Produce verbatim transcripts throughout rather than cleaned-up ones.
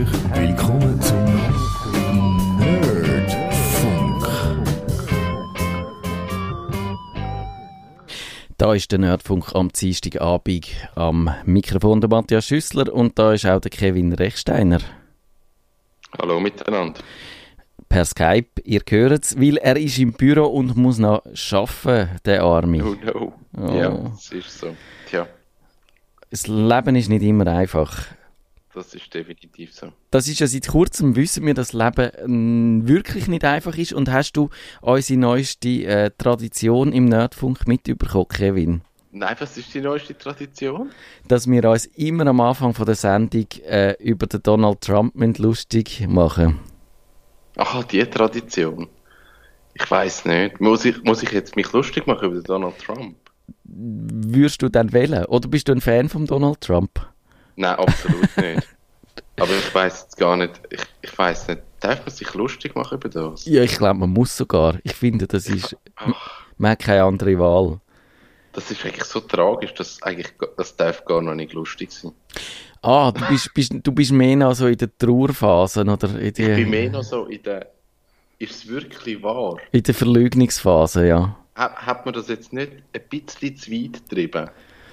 herzlich willkommen zum Nerdfunk. Da ist der Nerdfunk am Dienstagabend am Mikrofon der Matthias Schüssler und da ist auch der Kevin Rechsteiner. Hallo miteinander. Per Skype, ihr hört es, weil er ist im Büro und muss noch arbeiten, der Arme. Oh no. Oh. Ja, das ist so. Tja. Das Leben ist nicht immer einfach. Das ist definitiv so. Das ist ja seit kurzem, wissen wir, dass das Leben äh, wirklich nicht einfach ist. Und hast du unsere neueste äh, Tradition im Nerdfunk mitbekommen, Kevin? Nein, was ist die neueste Tradition? Dass wir uns immer am Anfang von der Sendung äh, über den Donald Trump lustig machen. Ach, die Tradition. Ich weiss nicht. Muss ich, muss ich jetzt mich lustig machen über den Donald Trump? Würdest du dann wählen? Oder bist du ein Fan von Donald Trump? Nein, absolut nicht. Aber ich weiss jetzt gar nicht, ich, ich weiss nicht, darf man sich lustig machen über das? Ja, ich glaube, man muss sogar. Ich finde, das ist, Ach, man hat keine andere Wahl. das ist eigentlich so tragisch, dass eigentlich, das darf gar noch nicht lustig sein. Ah, du bist, bist, du bist mehr noch so in der Trauerphase, oder? In die, Ich bin mehr noch so in der, ist es wirklich wahr? In der Verleugnungsphase, ja. Hat, hat man das jetzt nicht ein bisschen zu weit getrieben?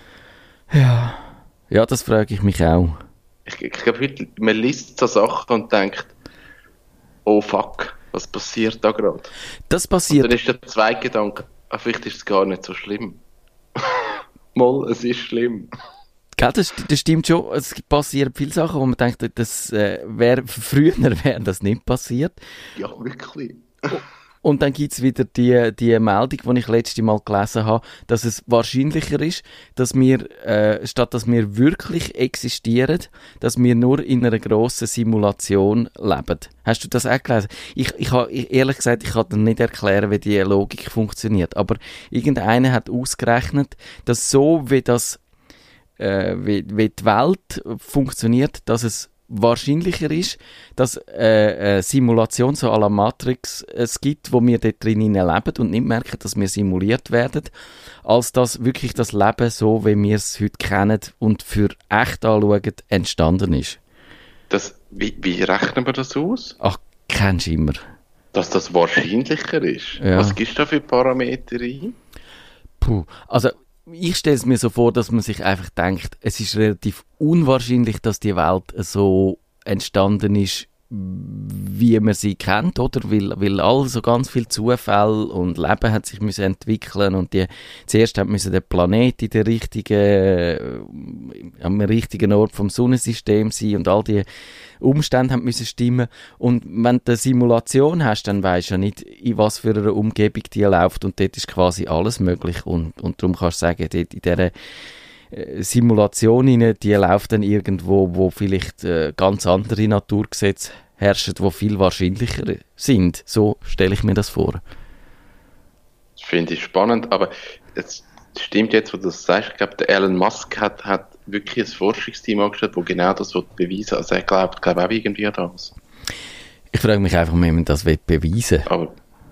Ja. Ja, das frage ich mich auch. Ich, ich glaube, man liest so Sachen und denkt, oh fuck, was passiert da gerade? Das Und passiert. dann ist der zweite Gedanke, ah, vielleicht ist es gar nicht so schlimm. Mal, es ist schlimm. Gell, das, das stimmt schon. Es passieren viele Sachen, wo man denkt, das äh, wär, früher wäre das nicht passiert. Ja, wirklich. Und dann gibt es wieder die, die Meldung, die ich letztes Mal gelesen habe, dass es wahrscheinlicher ist, dass wir, äh, statt dass wir wirklich existieren, dass wir nur in einer grossen Simulation leben. Hast du das auch gelesen? Ich, ich habe, ehrlich gesagt, ich kann dir nicht erklären, wie die Logik funktioniert. Aber irgendeiner hat ausgerechnet, dass so wie, das, äh, wie, wie die Welt funktioniert, dass es wahrscheinlicher ist, dass äh, eine Simulation so à la Matrix es gibt, wo wir dort drinnen leben und nicht merken, dass wir simuliert werden, als dass wirklich das Leben so, wie wir es heute kennen und für echt anschauen, entstanden ist. Das, wie, wie rechnen wir das aus? Ach, kennst du immer. Dass das wahrscheinlicher ist? Ja. Was gibst du da für Parameter ein? Puh, also ich stelle es mir so vor, dass man sich einfach denkt, es ist relativ unwahrscheinlich, dass die Welt so entstanden ist, wie man sie kennt, oder? Weil, weil all so ganz viel Zufall und Leben hat sich müssen entwickeln und die, zuerst hat müssen der Planet in der richtigen, äh, am richtigen Ort vom Sonnensystem sein und all die Umstände haben müssen stimmen. Und wenn du eine Simulation hast, dann weisst du ja nicht, in was für einer Umgebung die läuft und dort ist quasi alles möglich und, und darum kannst du sagen, dort in dieser Simulation rein, die läuft dann irgendwo, wo vielleicht äh, ganz andere Naturgesetze herrschen, die viel wahrscheinlicher sind. So stelle ich mir das vor. Das finde ich spannend, aber es stimmt jetzt, wo du das sagst. Ich glaube, der Elon Musk hat, hat wirklich ein Forschungsteam angestellt, das genau das beweisen will. Also er glaubt, glaube auch irgendwie an das. Ich frage mich einfach, wie man das beweisen will. Aber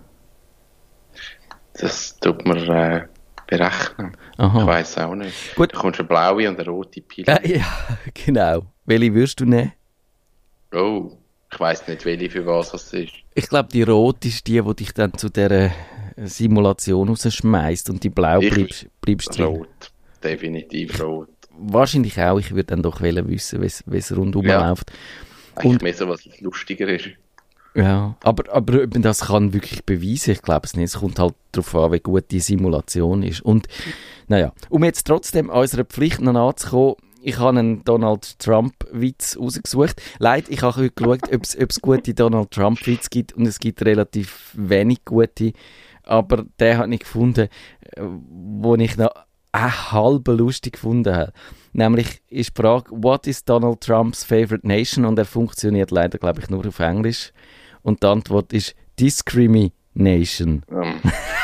das tut man äh, berechnen. Aha. Ich weiss auch nicht. Gut. Da kommst eine blaue und eine rote Pille. Äh, ja, genau. Welche würdest du nehmen? Oh, ich weiss nicht, welche für was das ist. Ich glaube, die rote ist die, die dich dann zu dieser Simulation rausschmeißt und die blau Ich- bleibst, bleibst drin. Rot. Definitiv rot. Wahrscheinlich auch. Ich würde dann doch wollen wissen, wie es rundum Ja. läuft. Eigentlich Und- mehr so, was lustiger ist. Ja, aber, aber ob man das kann wirklich beweisen, ich glaube es nicht. Es kommt halt darauf an, wie gut die Simulation ist. Und, naja, um jetzt trotzdem unserer Pflicht noch nachzukommen, ich habe einen Donald Trump-Witz rausgesucht. Leider, ich habe heute geschaut, ob es gute Donald Trump-Witze gibt und es gibt relativ wenig gute. Aber den habe ich gefunden, äh, wo ich noch eine halbe lustig gefunden habe. Nämlich ist die Frage, what is Donald Trumps favorite nation? Und er funktioniert leider, glaube ich, nur auf Englisch. Und die Antwort ist Discrimination. Ähm.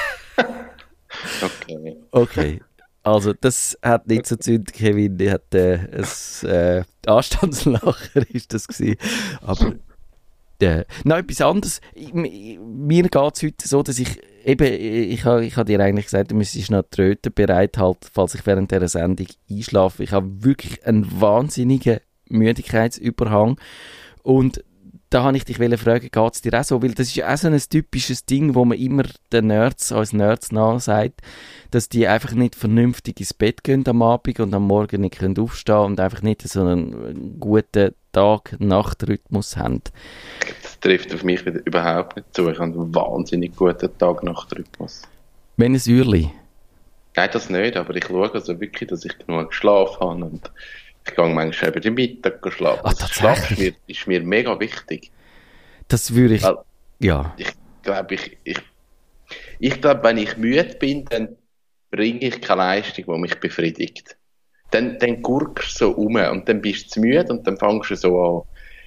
Okay. Okay. Also, das hat nicht so gezündet, Kevin. Die hat äh, ein äh, Anstandslacher, ist das gewesen. Aber äh, noch etwas anderes. Ich, mir geht es heute so, dass ich eben, ich habe ich ha dir eigentlich gesagt, du müsstest noch die Tröte bereithalten, falls ich während dieser Sendung einschlafe. Ich habe wirklich einen wahnsinnigen Müdigkeitsüberhang. Und da wollte ich dich fragen, geht es dir auch so? Weil das ist ja auch so ein typisches Ding, wo man immer den Nerds, als Nerds nachsagt, dass die einfach nicht vernünftig ins Bett gehen am Abend und am Morgen nicht können aufstehen und einfach nicht so einen guten Tag-Nacht-Rhythmus haben. Das trifft auf mich wieder überhaupt nicht zu. Ich habe einen wahnsinnig guten Tag-Nacht-Rhythmus. Wenn ein Säuerli? Nein, das nicht, aber ich schaue also wirklich, dass ich genug geschlafen habe und ich gehe manchmal eben den Mittag schlafen. Ah, das Schlaf ist mir, ist mir mega wichtig. Das würde ich, Weil ja. Ich glaube, ich, ich, ich glaube, wenn ich müde bin, dann bringe ich keine Leistung, die mich befriedigt. Dann, dann gurkst du so um und dann bist du zu müde und dann fängst du so an,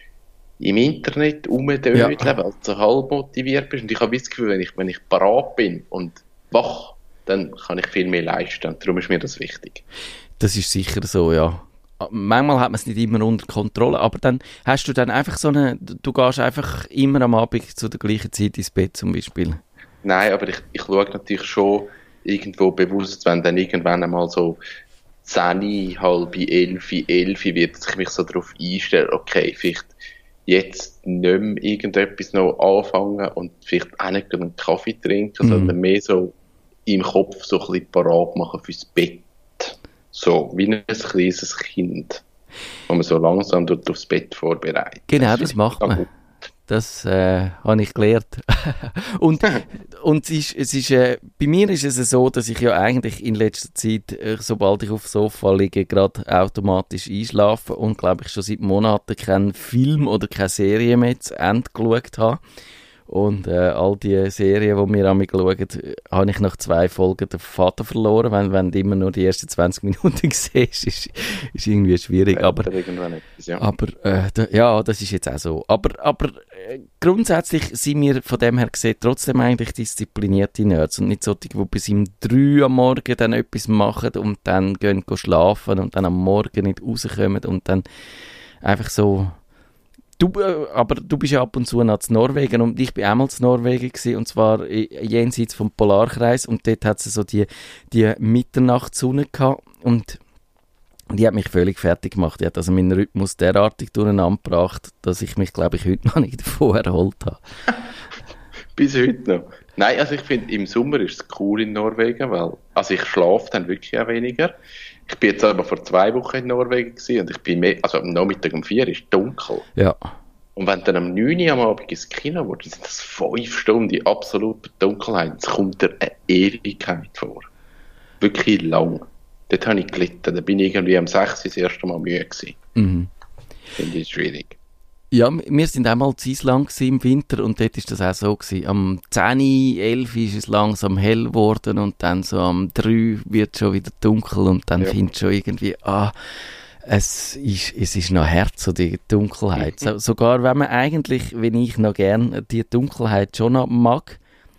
im Internet rumzudödeln, ja. Weil du so halb motiviert bist. Und ich habe das Gefühl, wenn ich, wenn ich parat bin und wach, dann kann ich viel mehr leisten. Und darum ist mir das wichtig. Das ist sicher so, ja. Manchmal hat man es nicht immer unter Kontrolle, aber dann hast du dann einfach so eine, du gehst einfach immer am Abend zu der gleichen Zeit ins Bett zum Beispiel. Nein, aber ich, ich schaue natürlich schon irgendwo bewusst, wenn dann irgendwann einmal so zehn, halb elf, elf wird, dass ich mich so darauf einstelle, okay, vielleicht jetzt nicht mehr irgendetwas noch anfangen und vielleicht auch nicht einen Kaffee trinken, mm. sondern mehr so im Kopf so ein bisschen parat machen fürs Bett. So, wie ein kleines Kind, wo man so langsam dort aufs Bett vorbereitet. Genau, das, das macht man. Gut. Das äh, habe ich gelernt. und und es ist, es ist, äh, bei mir ist es so, dass ich ja eigentlich in letzter Zeit, äh, sobald ich aufs Sofa liege, gerade automatisch einschlafe und glaube ich schon seit Monaten keinen Film oder keine Serie mehr zu Ende geschaut habe. Und äh, all die Serien, die wir einmal schauen, habe ich nach zwei Folgen den Vater verloren. Wenn, wenn du immer nur die ersten zwanzig Minuten siehst, ist, ist irgendwie schwierig. Aber, etwas, ja, aber äh, da, ja, das ist jetzt auch so. Aber, aber äh, grundsätzlich sind wir von dem her gesehen trotzdem eigentlich disziplinierte Nerds und nicht solche, die bis um drei am Morgen dann etwas machen und dann gehen schlafen und dann am Morgen nicht rauskommen und dann einfach so... Du, aber du bist ja ab und zu nach Norwegen und ich bin einmal in Norwegen gewesen, und zwar jenseits vom Polarkreis und dort hat es so die, die Mitternachtssonne gehabt und die hat mich völlig fertig gemacht. Die hat also meinen Rhythmus derartig durcheinander gebracht, dass ich mich, glaube ich, heute noch nicht davon erholt habe. Bis heute noch? Nein, also ich finde, im Sommer ist es cool in Norwegen, weil also ich schlafe dann wirklich auch weniger. Ich bin jetzt aber vor zwei Wochen in Norwegen gewesen und ich bin mehr, also am Nachmittag um vier ist dunkel. Ja. Und wenn du dann am neun Uhr am Abend ins Kino willst, sind das fünf Stunden in absoluter Dunkelheit. Es kommt dir eine Ewigkeit vor. Wirklich lang. Dort habe ich gelitten. Da bin ich irgendwie am sechs Uhr das erste Mal müde gewesen. Mhm. Finde ich schwierig. Ja, wir sind einmal in Island im Winter und dort war das auch so gewesen. Am zehn, elf ist es langsam hell geworden und dann so am drei wird es schon wieder dunkel und dann ja. findest du schon irgendwie, ah, es ist, es ist noch hart, so die Dunkelheit. So, sogar wenn man eigentlich, wenn ich noch gern die Dunkelheit schon noch mag.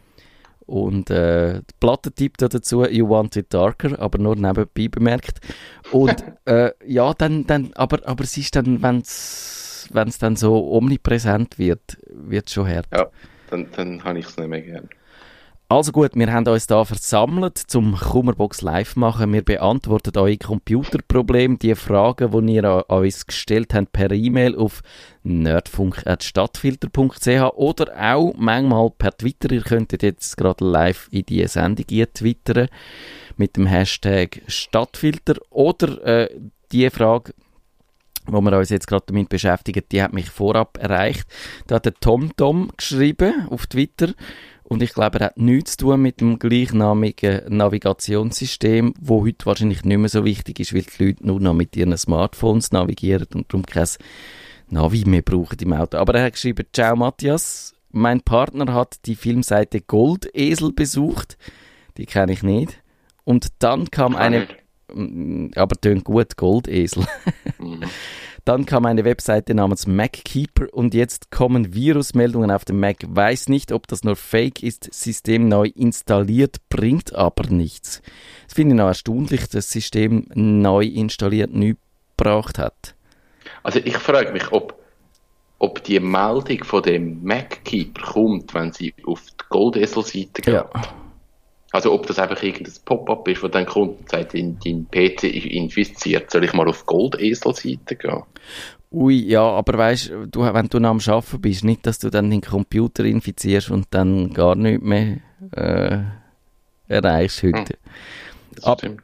Und äh, die Platte tippt dazu, You Want It Darker, aber nur nebenbei bemerkt. Und äh, ja, dann, dann aber, aber es ist dann, wenn es wenn es dann so omnipräsent wird, wird es schon hart. Ja, dann, dann habe ich es nicht mehr gern. Also gut, wir haben uns hier versammelt, zum Kummerbox live machen. Wir beantworten eure Computerprobleme, die Fragen, die ihr an uns gestellt habt, per E-Mail auf nerdfunk at stadtfilter punkt c h oder auch manchmal per Twitter. Ihr könntet jetzt gerade live in die Sendung twittern mit dem Hashtag Stadtfilter oder äh, die Frage, wo wir uns jetzt gerade damit beschäftigen, die hat mich vorab erreicht. Da hat der TomTom geschrieben auf Twitter und ich glaube, er hat nichts zu tun mit dem gleichnamigen Navigationssystem, wo heute wahrscheinlich nicht mehr so wichtig ist, weil die Leute nur noch mit ihren Smartphones navigieren und darum kein Navi mehr brauchen im Auto. Aber er hat geschrieben, ciao Matthias, mein Partner hat die Filmseite Goldesel besucht, die kenne ich nicht, und dann kam eine... aber tönt gut, Goldesel. Mhm. Dann kam eine Webseite namens MacKeeper und jetzt kommen Virusmeldungen auf dem Mac. Weiß nicht, ob das nur Fake ist. System neu installiert, bringt aber nichts. Das finde ich noch erstaunlich, dass das System neu installiert nichts gebracht hat. Also ich frage mich, ob, ob die Meldung von dem MacKeeper kommt, wenn sie auf die Goldesel-Seite geht. Ja. Also ob das einfach irgendein Pop-up ist, wo dann kommt und sagt, dein, dein P C ist infiziert, soll ich mal auf Goldesel-Seite gehen? Ui, ja, aber weißt du, wenn du noch am Arbeiten bist, nicht, dass du dann den Computer infizierst und dann gar nichts mehr äh, erreichst heute. Hm, das Aber stimmt.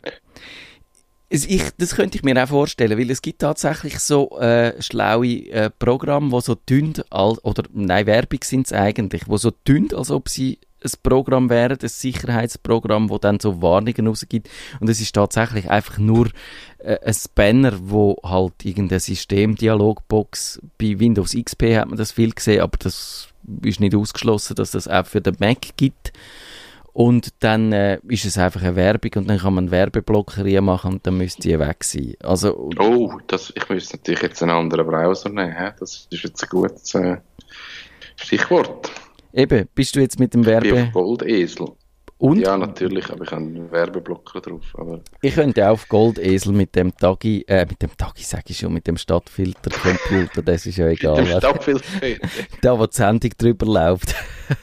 es, ich, das könnte ich mir auch vorstellen, weil es gibt tatsächlich so äh, schlaue äh, Programme, die so tun, al- oder nein, Werbung sind es eigentlich, die so tun, als ob sie ein Programm wären, ein Sicherheitsprogramm, das dann so Warnungen rausgibt. Und es ist tatsächlich einfach nur äh, ein Banner, wo halt irgendeine Systemdialogbox, bei Windows X P hat man das viel gesehen, aber das ist nicht ausgeschlossen, dass das auch für den Mac gibt. Und dann äh, ist es einfach eine Werbung und dann kann man einen Werbeblock reinmachen und dann müsste die weg sein. Also, Oh, das, ich müsste natürlich jetzt einen anderen Browser nehmen. Hä? Das ist jetzt ein gutes äh, Stichwort. eben, bist du jetzt mit dem Ich bin Werbe... auf Goldesel. Und Ja, natürlich, aber ich habe einen Werbeblocker drauf. Aber ich könnte auch auf Goldesel mit dem Tagi, äh, mit dem Tagi sage ich schon, mit dem Stadtfilter-Computer, das ist ja egal. du weißt du? Stadtfilter. Da, wo die Sendung drüber läuft.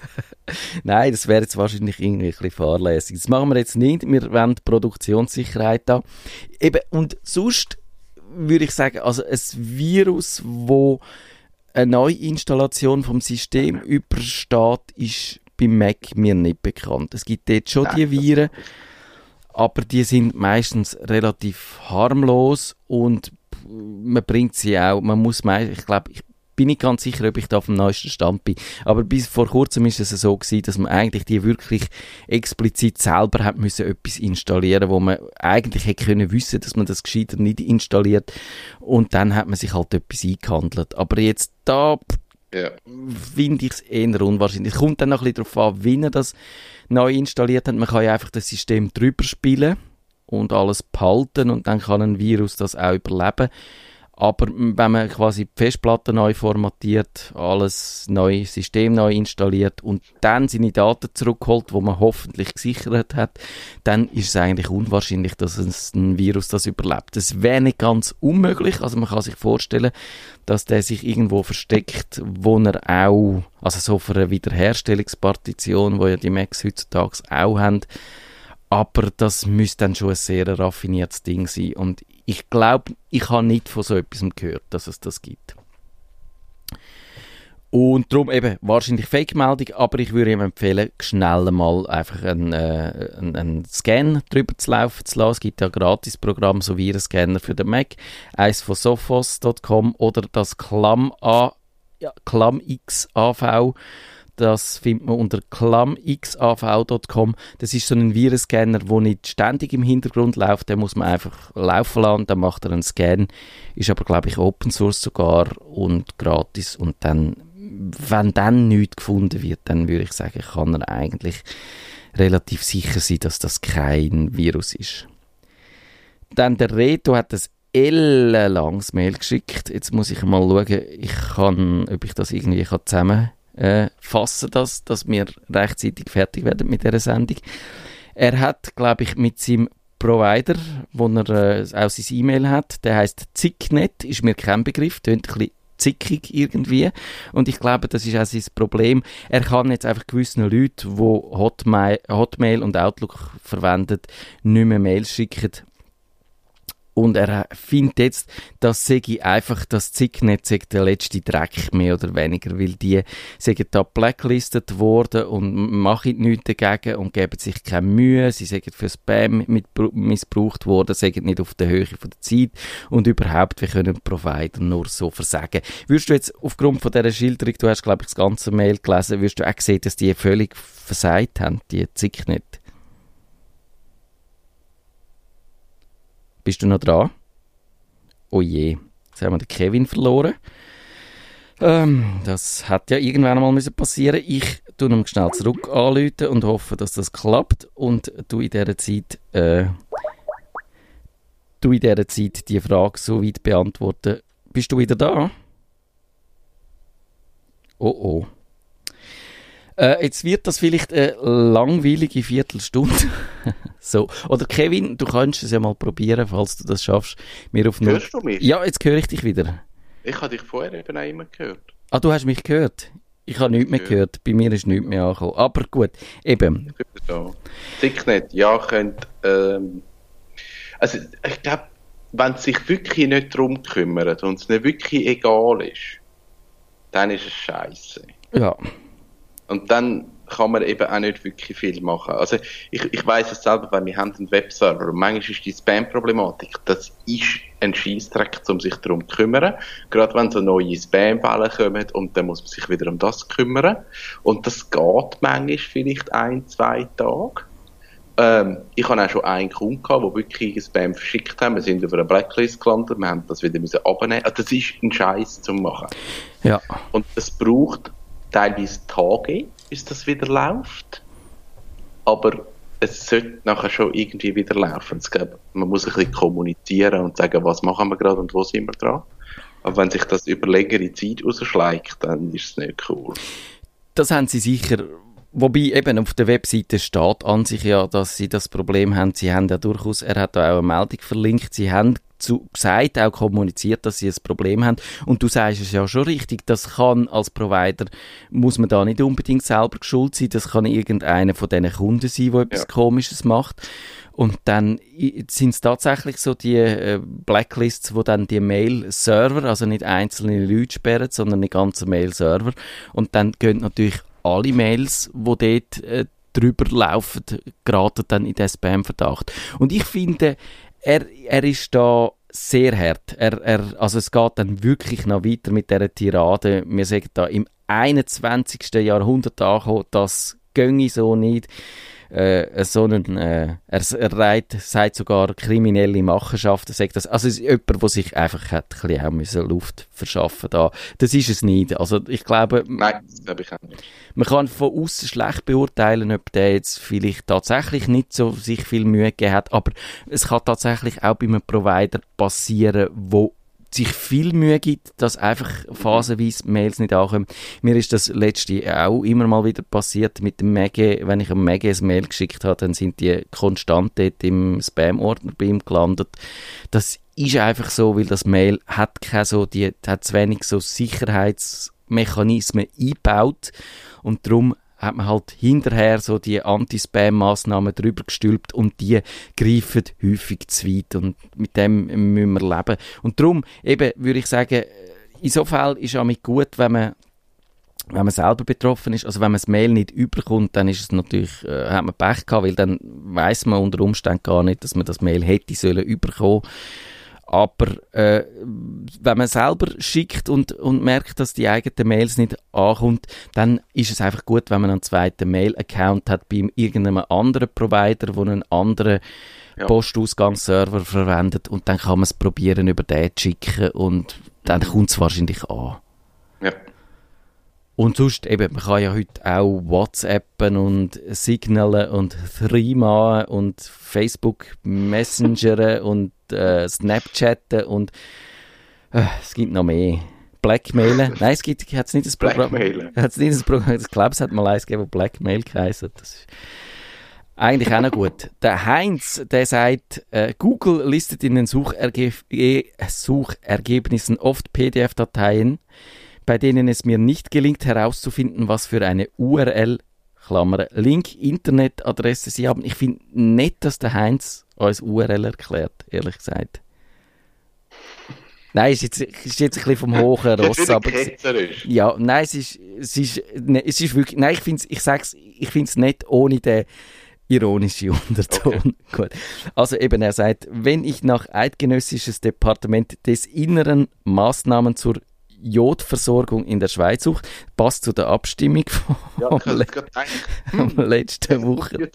Nein, das wäre jetzt wahrscheinlich irgendwie ein bisschen fahrlässig. Das machen wir jetzt nicht. Wir wollen die Produktionssicherheit da. Eben, und sonst würde ich sagen, also ein Virus, wo eine Neuinstallation vom System übersteht, ist beim Mac mir nicht bekannt. Es gibt dort schon die Viren, aber die sind meistens relativ harmlos und man bringt sie auch, man muss meist, ich glaube, ich bin nicht ganz sicher, ob ich da auf dem neuesten Stand bin, aber bis vor kurzem ist es so gewesen, dass man eigentlich die wirklich explizit selber hat müssen etwas installieren, wo man eigentlich hätte können wissen, dass man das gescheiter nicht installiert und dann hat man sich halt etwas eingehandelt. Aber jetzt da Ja. finde ich es eher unwahrscheinlich. Es kommt dann noch ein bisschen darauf an, wie er das neu installiert hat. Man kann ja einfach das System drüber spielen und alles behalten und dann kann ein Virus das auch überleben. Aber wenn man quasi die Festplatte neu formatiert, alles neu, System neu installiert und dann seine Daten zurückholt, wo man hoffentlich gesichert hat, dann ist es eigentlich unwahrscheinlich, dass es ein Virus das überlebt. Das wäre nicht ganz unmöglich, also man kann sich vorstellen, dass der sich irgendwo versteckt, wo er auch, also so für eine Wiederherstellungspartition, wo ja die Macs heutzutage auch haben, aber das müsste dann schon ein sehr raffiniertes Ding sein. Und ich glaube, ich habe nicht von so etwas gehört, dass es das gibt. Und darum eben wahrscheinlich Fake-Meldung, aber ich würde ihm empfehlen, schnell mal einfach einen, äh, einen, einen Scan drüber zu laufen zu lassen. Es gibt ja Gratis-Programm, so wie ein Scanner für den Mac, eins von sophos Punkt com oder das Clam, A, ja, Clam X A V. Das findet man unter clam x a v Punkt com. Das ist so ein Virenscanner, der nicht ständig im Hintergrund läuft. Den muss man einfach laufen lassen, dann macht er einen Scan. Ist aber, glaube ich, Open Source sogar und gratis. Und dann, wenn dann nichts gefunden wird, dann würde ich sagen, kann er eigentlich relativ sicher sein, dass das kein Virus ist. Dann der Reto hat ein ellenlanges Mail geschickt. Jetzt muss ich mal schauen, ich kann, ob ich das irgendwie kann zusammen Äh, fassen das, dass wir rechtzeitig fertig werden mit dieser Sendung. Er hat, glaube ich, mit seinem Provider, wo er äh, auch sein E-Mail hat, der heisst Zicknet, ist mir kein Begriff, tönt ein bisschen zickig irgendwie. Und ich glaube, das ist auch sein Problem. Er kann jetzt einfach gewissen Leuten, die Hotmail, Hotmail und Outlook verwenden, nicht mehr Mails schicken. Und er findet jetzt, das sei einfach, das Zicknet sei der letzte Dreck, mehr oder weniger, weil die sind da blacklisted worden und machen nichts dagegen und geben sich keine Mühe. Sie sind für Spam mit, missbraucht worden, sind nicht auf der Höhe von der Zeit und überhaupt, wir können Provider nur so versagen. Würdest du jetzt aufgrund von dieser Schilderung, du hast, glaube ich, das ganze Mail gelesen, würdest du auch sehen, dass die völlig versagt haben, die Zicknet? Bist du noch dran? Oh je, jetzt haben wir den Kevin verloren. Ähm, das hat ja irgendwann einmal müssen passieren. Ich tue ihm schnell zurück anrufen und hoffe, dass das klappt. Und du in dieser Zeit, äh, du in dieser Zeit die Frage so weit beantworten. Bist du wieder da? Oh oh. Äh, jetzt wird das vielleicht eine langweilige Viertelstunde. So. Oder Kevin, du kannst es ja mal probieren, falls du das schaffst. Mir auf Hörst du mich? Ja, jetzt höre ich dich wieder. Ich habe dich vorher eben auch immer gehört. Ah, du hast mich gehört? Ich habe nichts mehr gehört. Bei mir ist nichts mehr angekommen. Aber gut, eben. So. Zicknet, ja, könnt, ähm, also ich glaube, wenn es sich wirklich nicht darum kümmert und es nicht wirklich egal ist, dann ist es scheiße. Ja. Und dann kann man eben auch nicht wirklich viel machen. Also ich, ich weiss es selber, weil wir haben einen Webserver und manchmal ist die Spam-Problematik, das ist ein Scheissdreck, um sich darum zu kümmern. Gerade wenn so neue Spam-Wellen kommen und dann muss man sich wieder um das kümmern. Und das geht manchmal vielleicht ein, zwei Tage. Ähm, ich habe auch schon einen Kunden gehabt, der wirklich ein Spam verschickt haben. Wir sind auf einer Blacklist gelandet, wir haben das wieder müssen abnehmen. Also das ist ein Scheiß zum machen. Ja. Und es braucht teilweise Tage, bis das wieder läuft. Aber es sollte nachher schon irgendwie wieder laufen. Es gibt, man muss ein bisschen kommunizieren und sagen, was machen wir gerade und wo sind wir dran. Aber wenn sich das über längere Zeit rausschlägt, dann ist es nicht cool. Das haben Sie sicher. Wobei eben auf der Webseite steht an sich ja, dass sie das Problem haben. Sie haben ja durchaus, er hat da auch eine Meldung verlinkt, sie haben zu, gesagt, auch kommuniziert, dass sie ein Problem haben. Und du sagst es ja schon richtig, das kann als Provider, muss man da nicht unbedingt selber schuld sein, das kann irgendeiner von diesen Kunden sein, der etwas ja. Komisches macht. Und dann sind es tatsächlich so die äh, Blacklists, wo dann die Mail-Server, also nicht einzelne Leute sperren, sondern die ganzen Mail-Server. Und dann gehen natürlich alle Mails, die dort äh, drüber laufen, geraten dann in den Spam-Verdacht. Und ich finde, er, er ist da sehr hart. Er, er, also es geht dann wirklich noch weiter mit dieser Tirade. Wir sagen da im einundzwanzigsten Jahrhundert angekommen, das ginge so nicht. Äh, so einen, äh, er, er reit, sagt sogar kriminelle Machenschaften, sagt das. Also es ist jemand, der sich einfach hat ein bisschen auch müssen Luft verschaffen da. Das ist es nicht. Also ich glaube, nein, das glaube ich auch nicht. Man kann von außen schlecht beurteilen, ob der jetzt vielleicht tatsächlich nicht so sich viel Mühe gegeben hat, aber es kann tatsächlich auch bei einem Provider passieren, wo sich viel Mühe gibt, dass einfach phasenweise Mails nicht ankommen. Mir ist das letzte auch immer mal wieder passiert mit dem Mege. Wenn ich einem Mege ein Mail geschickt habe, dann sind die konstant dort im Spam-Ordner bei ihm gelandet. Das ist einfach so, weil das Mail hat keine so, die hat zu wenig so Sicherheitsmechanismen eingebaut und darum hat man halt hinterher so die Anti-Spam-Massnahmen drüber gestülpt und die greifen häufig zu weit und mit dem müssen wir leben. Und darum eben würde ich sagen, in so Fällen ist es auch gut, wenn man wenn man selber betroffen ist, also wenn man das Mail nicht überkommt, dann ist es natürlich, äh, hat man Pech gehabt, weil dann weiss man unter Umständen gar nicht, dass man das Mail hätte sollen überkommen. Aber äh, wenn man selber schickt und, und merkt, dass die eigenen Mails nicht ankommt, dann ist es einfach gut, wenn man einen zweiten Mail-Account hat bei irgendeinem anderen Provider, der einen anderen ja. Postausgangsserver verwendet und dann kann man es probieren, über den zu schicken und dann kommt es wahrscheinlich an. Ja. Und sonst eben, man kann ja heute auch WhatsAppen und Signalen und Threema und Facebook Messengeren und äh, Snapchatten und äh, es gibt noch mehr. Blackmailen. Nein, es gibt hat's nicht das Programm. Hat's nicht das Programm. Ich glaube, es hat mal eins gegeben, das Blackmail geheißen. Das ist eigentlich auch noch gut. Der Heinz, der sagt, äh, Google listet in den Sucherge- äh, Suchergebnissen oft P D F-Dateien, bei denen es mir nicht gelingt herauszufinden, was für eine U R L, Klammer, Link, Internetadresse sie haben. Ich finde nicht, dass der Heinz uns U R L erklärt, ehrlich gesagt. Nein, es ist jetzt, ist jetzt ein bisschen vom hohen Ross, aber ja, nein, es ist, es ist, ne, es ist wirklich, nein, ich finde ich sag's, ich finde es nicht ohne den ironischen Unterton. Okay. Gut. Also eben, er sagt, wenn ich nach eidgenössisches Departement des Inneren Maßnahmen zur Jodversorgung in der Schweiz suche, passt zu der Abstimmung von ja, le- hm. letzten Woche.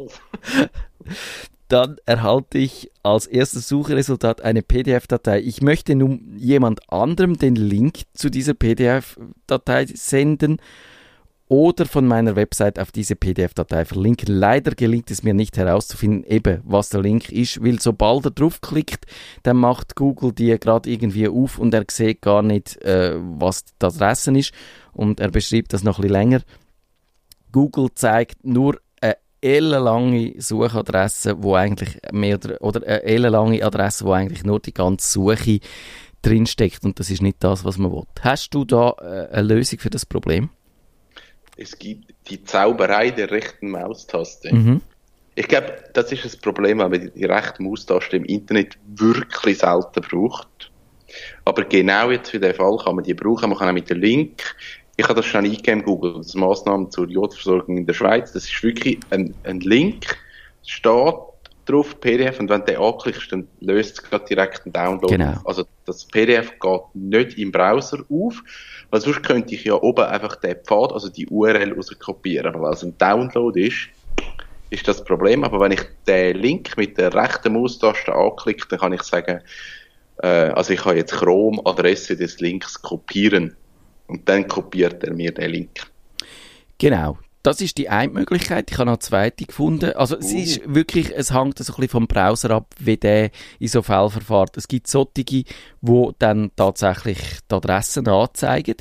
Dann erhalte ich als erstes Suchresultat eine P D F-Datei. Ich möchte nun jemand anderem den Link zu dieser P D F-Datei senden oder von meiner Website auf diese P D F-Datei verlinken. Leider gelingt es mir nicht herauszufinden, eben, was der Link ist, weil sobald er draufklickt, dann macht Google die gerade irgendwie auf und er sieht gar nicht, äh, was die Adresse ist. Und er beschreibt das noch ein bisschen länger. Google zeigt nur eine ellenlange Suchadresse, wo eigentlich mehr oder, oder eine ellenlange Adresse, wo eigentlich nur die ganze Suche drinsteckt und das ist nicht das, was man will. Hast du da äh, eine Lösung für das Problem? Es gibt die Zauberei der rechten Maustaste. Mhm. Ich glaube, das ist das Problem, wenn man die, die rechte Maustaste im Internet wirklich selten braucht. Aber genau jetzt für den Fall kann man die brauchen. Man kann auch mit dem Link, ich habe das schnell eingegeben, Google, das Massnahmen zur Jodversorgung in der Schweiz. Das ist wirklich ein, ein Link, steht drauf, P D F, und wenn du den anklickst, dann löst es gerade direkt einen Download. Genau. Also das P D F geht nicht im Browser auf, weil sonst könnte ich ja oben einfach den Pfad, also die U R L rauskopieren. Aber weil es ein Download ist, ist das Problem. Aber wenn ich den Link mit der rechten Maustaste anklicke, dann kann ich sagen, äh, also ich kann jetzt Chrome-Adresse des Links kopieren. Und dann kopiert er mir den Link. Genau. Das ist die eine Möglichkeit. Ich habe noch eine zweite gefunden. Also, es Uh. ist wirklich, es hängt so ein bisschen vom Browser ab, wie der in so Fällen verfährt. Es gibt solche, die dann tatsächlich die Adressen anzeigen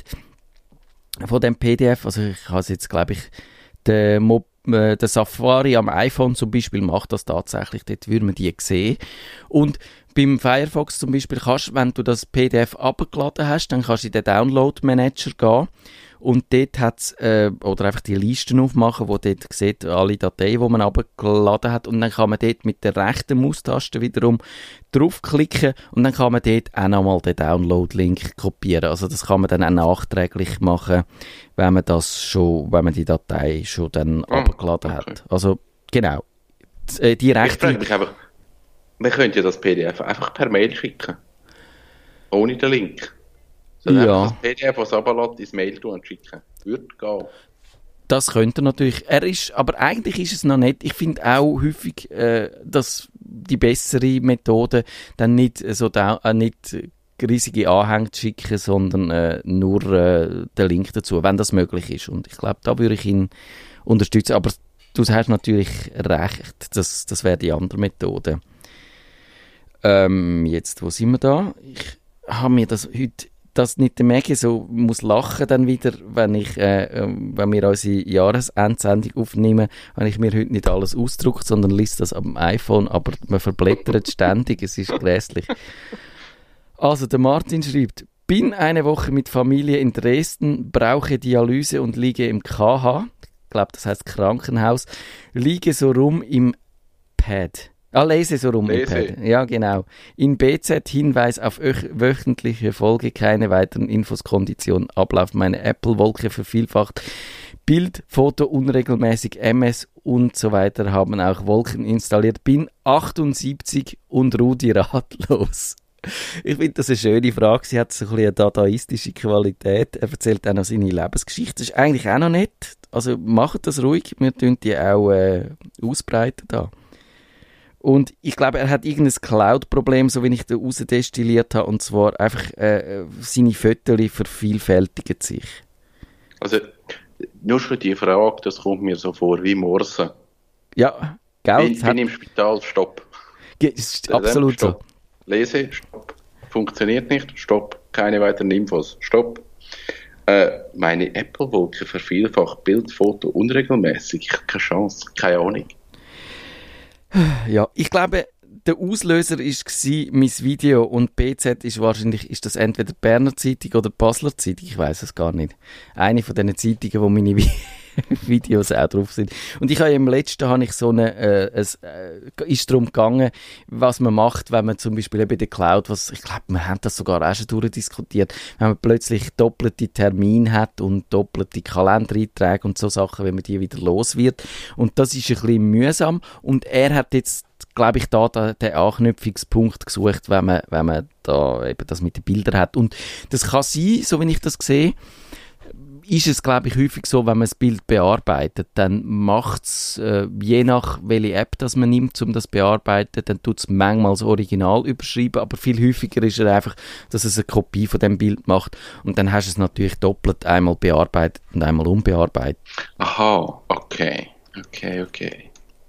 von dem P D F. Also, ich habe es jetzt, glaube ich, der, Mo- äh, der Safari am iPhone zum Beispiel macht das tatsächlich. Dort würde man die sehen. Und beim Firefox zum Beispiel kannst, wenn du das P D F abgeladen hast, dann kannst du in den Download Manager gehen und dort hat's, äh, oder einfach die Listen aufmachen, wo dort sieht alle Dateien, die man abgeladen hat, und dann kann man dort mit der rechten Maustaste wiederum draufklicken und dann kann man dort auch nochmal den Download-Link kopieren. Also das kann man dann auch nachträglich machen, wenn man das schon, wenn man die Datei schon dann Oh, abgeladen okay. hat. Also genau. Die, äh, die Ich rechte... frage mich einfach, man könnte ja das P D F einfach per Mail schicken. Ohne den Link. So Ja. einfach das P D F, was runterlässt, ins Mail tun und schicken. Würde gehen. Das könnte natürlich. Er ist, aber eigentlich ist es noch nicht. Ich finde auch häufig, äh, dass die bessere Methode dann nicht so da, äh, nicht riesige Anhänge zu schicken, sondern äh, nur äh, den Link dazu, wenn das möglich ist. Und ich glaube, da würde ich ihn unterstützen. Aber du hast natürlich recht. Das, das wäre die andere Methode. Ähm, jetzt, wo sind wir da? Ich habe mir das heute das nicht der Maggie so muss lachen dann wieder, wenn ich, äh, wenn wir unsere Jahresendsendung aufnehmen, wenn ich mir heute nicht alles ausdrucke, sondern liest das am iPhone, aber man verblättert ständig, es ist grässlich. Also, der Martin schreibt, bin eine Woche mit Familie in Dresden, brauche Dialyse und liege im K H, ich glaube, das heißt Krankenhaus, liege so rum im Pad. Ah, lese so rum Lese. im Pad. Ja, genau. In B Z Hinweis auf öch- wöchentliche Folge, keine weiteren Infos, Kondition, Ablauf, meine Apple-Wolke vervielfacht, Bild, Foto unregelmäßig, M S und so weiter haben auch Wolken installiert. Bin achtundsiebzig und Rudi ratlos. Ich finde das eine schöne Frage. Sie hat so ein bisschen eine dadaistische Qualität. Er erzählt auch noch seine Lebensgeschichte. Das ist eigentlich auch noch nett. Also macht das ruhig. Wir tun die auch äh, ausbreiten da. Und ich glaube, er hat irgendein Cloud-Problem, so wie ich da rausdestilliert habe, und zwar einfach äh, seine Fotos vervielfältigen sich. Also, nur schon die Frage, das kommt mir so vor wie Morse. Ja, gell? Bin, bin im Spital, stopp. Ge- ist absolut so. Stopp. Lese, stopp. Funktioniert nicht, stopp. Keine weiteren Infos, stopp. Äh, meine Apple-Wolke vervielfacht Bild, Foto unregelmäßig. Ich habe keine Chance, keine Ahnung. Ja, ich glaube, der Auslöser war mein Video, und B Z ist wahrscheinlich, ist das entweder die Berner Zeitung oder die Basler Zeitung, ich weiß es gar nicht. Eine von diesen Zeitungen, wo meine Vi- Videos auch drauf sind. Und ich habe im letzten, habe ich so eine, äh, es äh, ist darum gegangen, was man macht, wenn man zum Beispiel bei der Cloud, was, ich glaube, wir haben das sogar auch schon durchdiskutiert, wenn man plötzlich doppelte Termine hat und doppelte Kalendereinträge und so Sachen, wenn man die wieder los wird. Und das ist ein bisschen mühsam, und er hat jetzt, glaube ich, da da den Anknüpfungspunkt gesucht, wenn man, wenn man da eben das mit den Bildern hat. Und das kann sein, so wie ich das sehe, ist es, glaube ich, häufig so, wenn man das Bild bearbeitet, dann macht es, äh, je nach welche App das man nimmt, um das zu bearbeiten, dann tut es manchmal das Original überschreiben, aber viel häufiger ist es einfach, dass es eine Kopie von dem Bild macht, und dann hast du es natürlich doppelt, einmal bearbeitet und einmal unbearbeitet. Aha, okay. Okay, okay.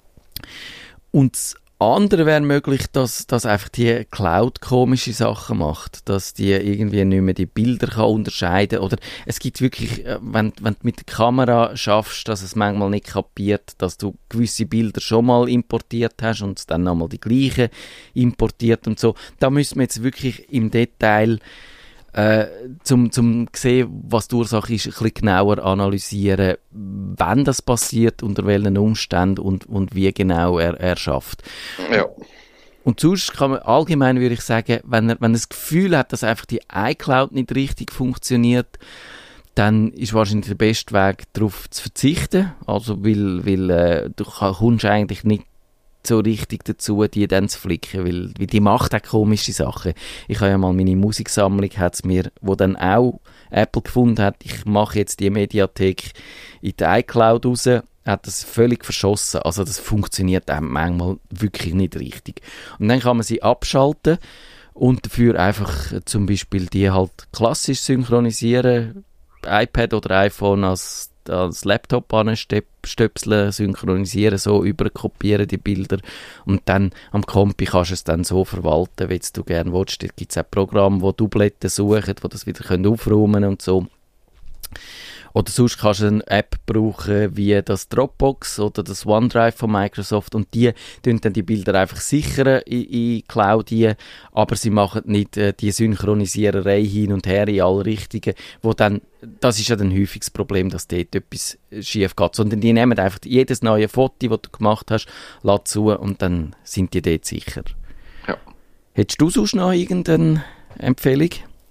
Und das andere wäre möglich, dass, dass einfach die Cloud komische Sachen macht, dass die irgendwie nicht mehr die Bilder kann unterscheiden, oder es gibt wirklich, äh, wenn, wenn du mit der Kamera schaffst, dass es manchmal nicht kapiert, dass du gewisse Bilder schon mal importiert hast und dann nochmal die gleichen importiert und so. Da müssen wir jetzt wirklich im Detail äh, zum, zum sehen, was die Ursache ist, ein bisschen genauer analysieren, wann das passiert, unter welchen Umständen und, und wie genau er, er schafft. Ja. Und sonst kann man allgemein, würde ich sagen, wenn er, wenn er das Gefühl hat, dass einfach die iCloud nicht richtig funktioniert, dann ist wahrscheinlich der beste Weg, darauf zu verzichten. Also, weil, weil äh, du kommst eigentlich nicht so richtig dazu, die dann zu flicken, weil, weil die macht auch komische Sachen. Ich habe ja mal meine Musiksammlung, hat's mir, wo dann auch Apple gefunden hat, ich mache jetzt die Mediathek in die iCloud raus, hat das völlig verschossen. Also das funktioniert auch manchmal wirklich nicht richtig. Und dann kann man sie abschalten und dafür einfach zum Beispiel die halt klassisch synchronisieren, iPad oder iPhone als als Laptop anstöpseln, synchronisieren, so überkopieren die Bilder und dann am Kompi kannst du es dann so verwalten, wie du gerne willst. Da gibt es auch Programme, die Dubletten suchen, die das wieder aufräumen können und so. Oder sonst kannst du eine App brauchen wie das Dropbox oder das OneDrive von Microsoft und die tun dann die Bilder einfach sichern in, in Cloud hier, aber sie machen nicht äh, die Synchronisiererei hin und her in alle Richtungen, wo dann, das ist ja dann häufig das Problem, dass dort etwas schief geht, sondern die nehmen einfach jedes neue Foto, das du gemacht hast, lass zu und dann sind die dort sicher. Ja. Hättest du sonst noch irgendeine Empfehlung?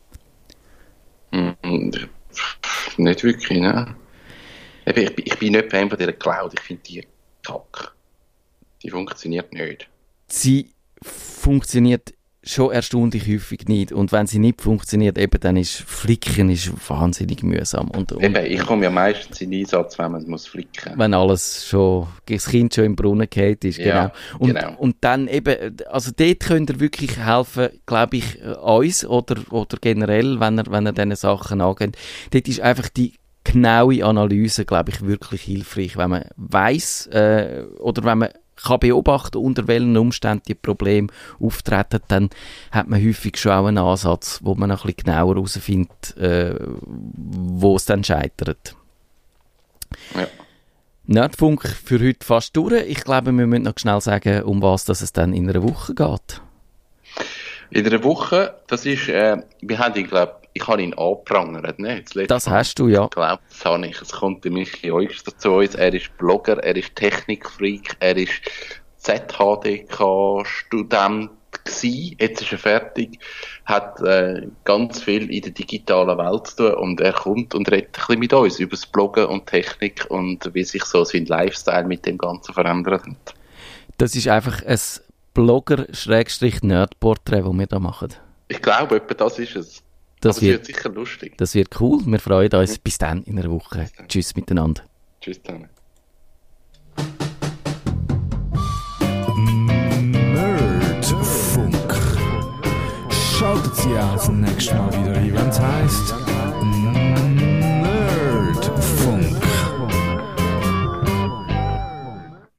Mm, nicht wirklich, ne? Ich bin, ich bin nicht Fan von dieser Cloud, ich finde die kack. Die funktioniert nicht. Sie funktioniert schon erstaunlich häufig nicht. Und wenn sie nicht funktioniert, eben, dann ist Flicken ist wahnsinnig mühsam. Und, und eben, ich komme ja meistens in Einsatz, wenn man muss flicken. Wenn alles schon, das Kind schon im Brunnen gefallen ist, ja, genau. Und, genau. und dann eben, also dort könnt ihr wirklich helfen, glaube ich, uns oder, oder generell, wenn ihr, wenn ihr diesen Sachen angeht. Dort ist einfach die genaue Analyse, glaube ich, wirklich hilfreich, wenn man weiss, äh, oder wenn man kann beobachten, unter welchen Umständen die Probleme auftreten, dann hat man häufig schon auch einen Ansatz, wo man noch ein bisschen genauer herausfindet, äh, wo es dann scheitert. Ja. Nerdfunk für heute fast durch. Ich glaube, wir müssen noch schnell sagen, um was dass es dann in einer Woche geht. In einer Woche, das ist, äh, wir haben ihn, glaube ich, habe ihn angeprangert, ne? Das hast du, ja. Ich glaube, das habe ich. Es kommt der Michi Eugster zu uns. Er ist Blogger, er ist Technikfreak, er ist Z H D K-Student gewesen. Jetzt ist er fertig, hat äh, ganz viel in der digitalen Welt zu tun und er kommt und redet ein bisschen mit uns über das Bloggen und Technik und wie sich so sein Lifestyle mit dem Ganzen verändert hat. Das ist einfach ein Blogger-Nerd-Porträt, das wir da machen. Ich glaube, etwa das ist es. Das Aber wird, es wird sicher lustig. Das wird cool. Wir freuen uns. Bis dann in einer Woche. Tschüss miteinander. Tschüss zusammen. Nerdfunk. Schaltet Sie auch das nächste Mal wieder ein, wenn es heisst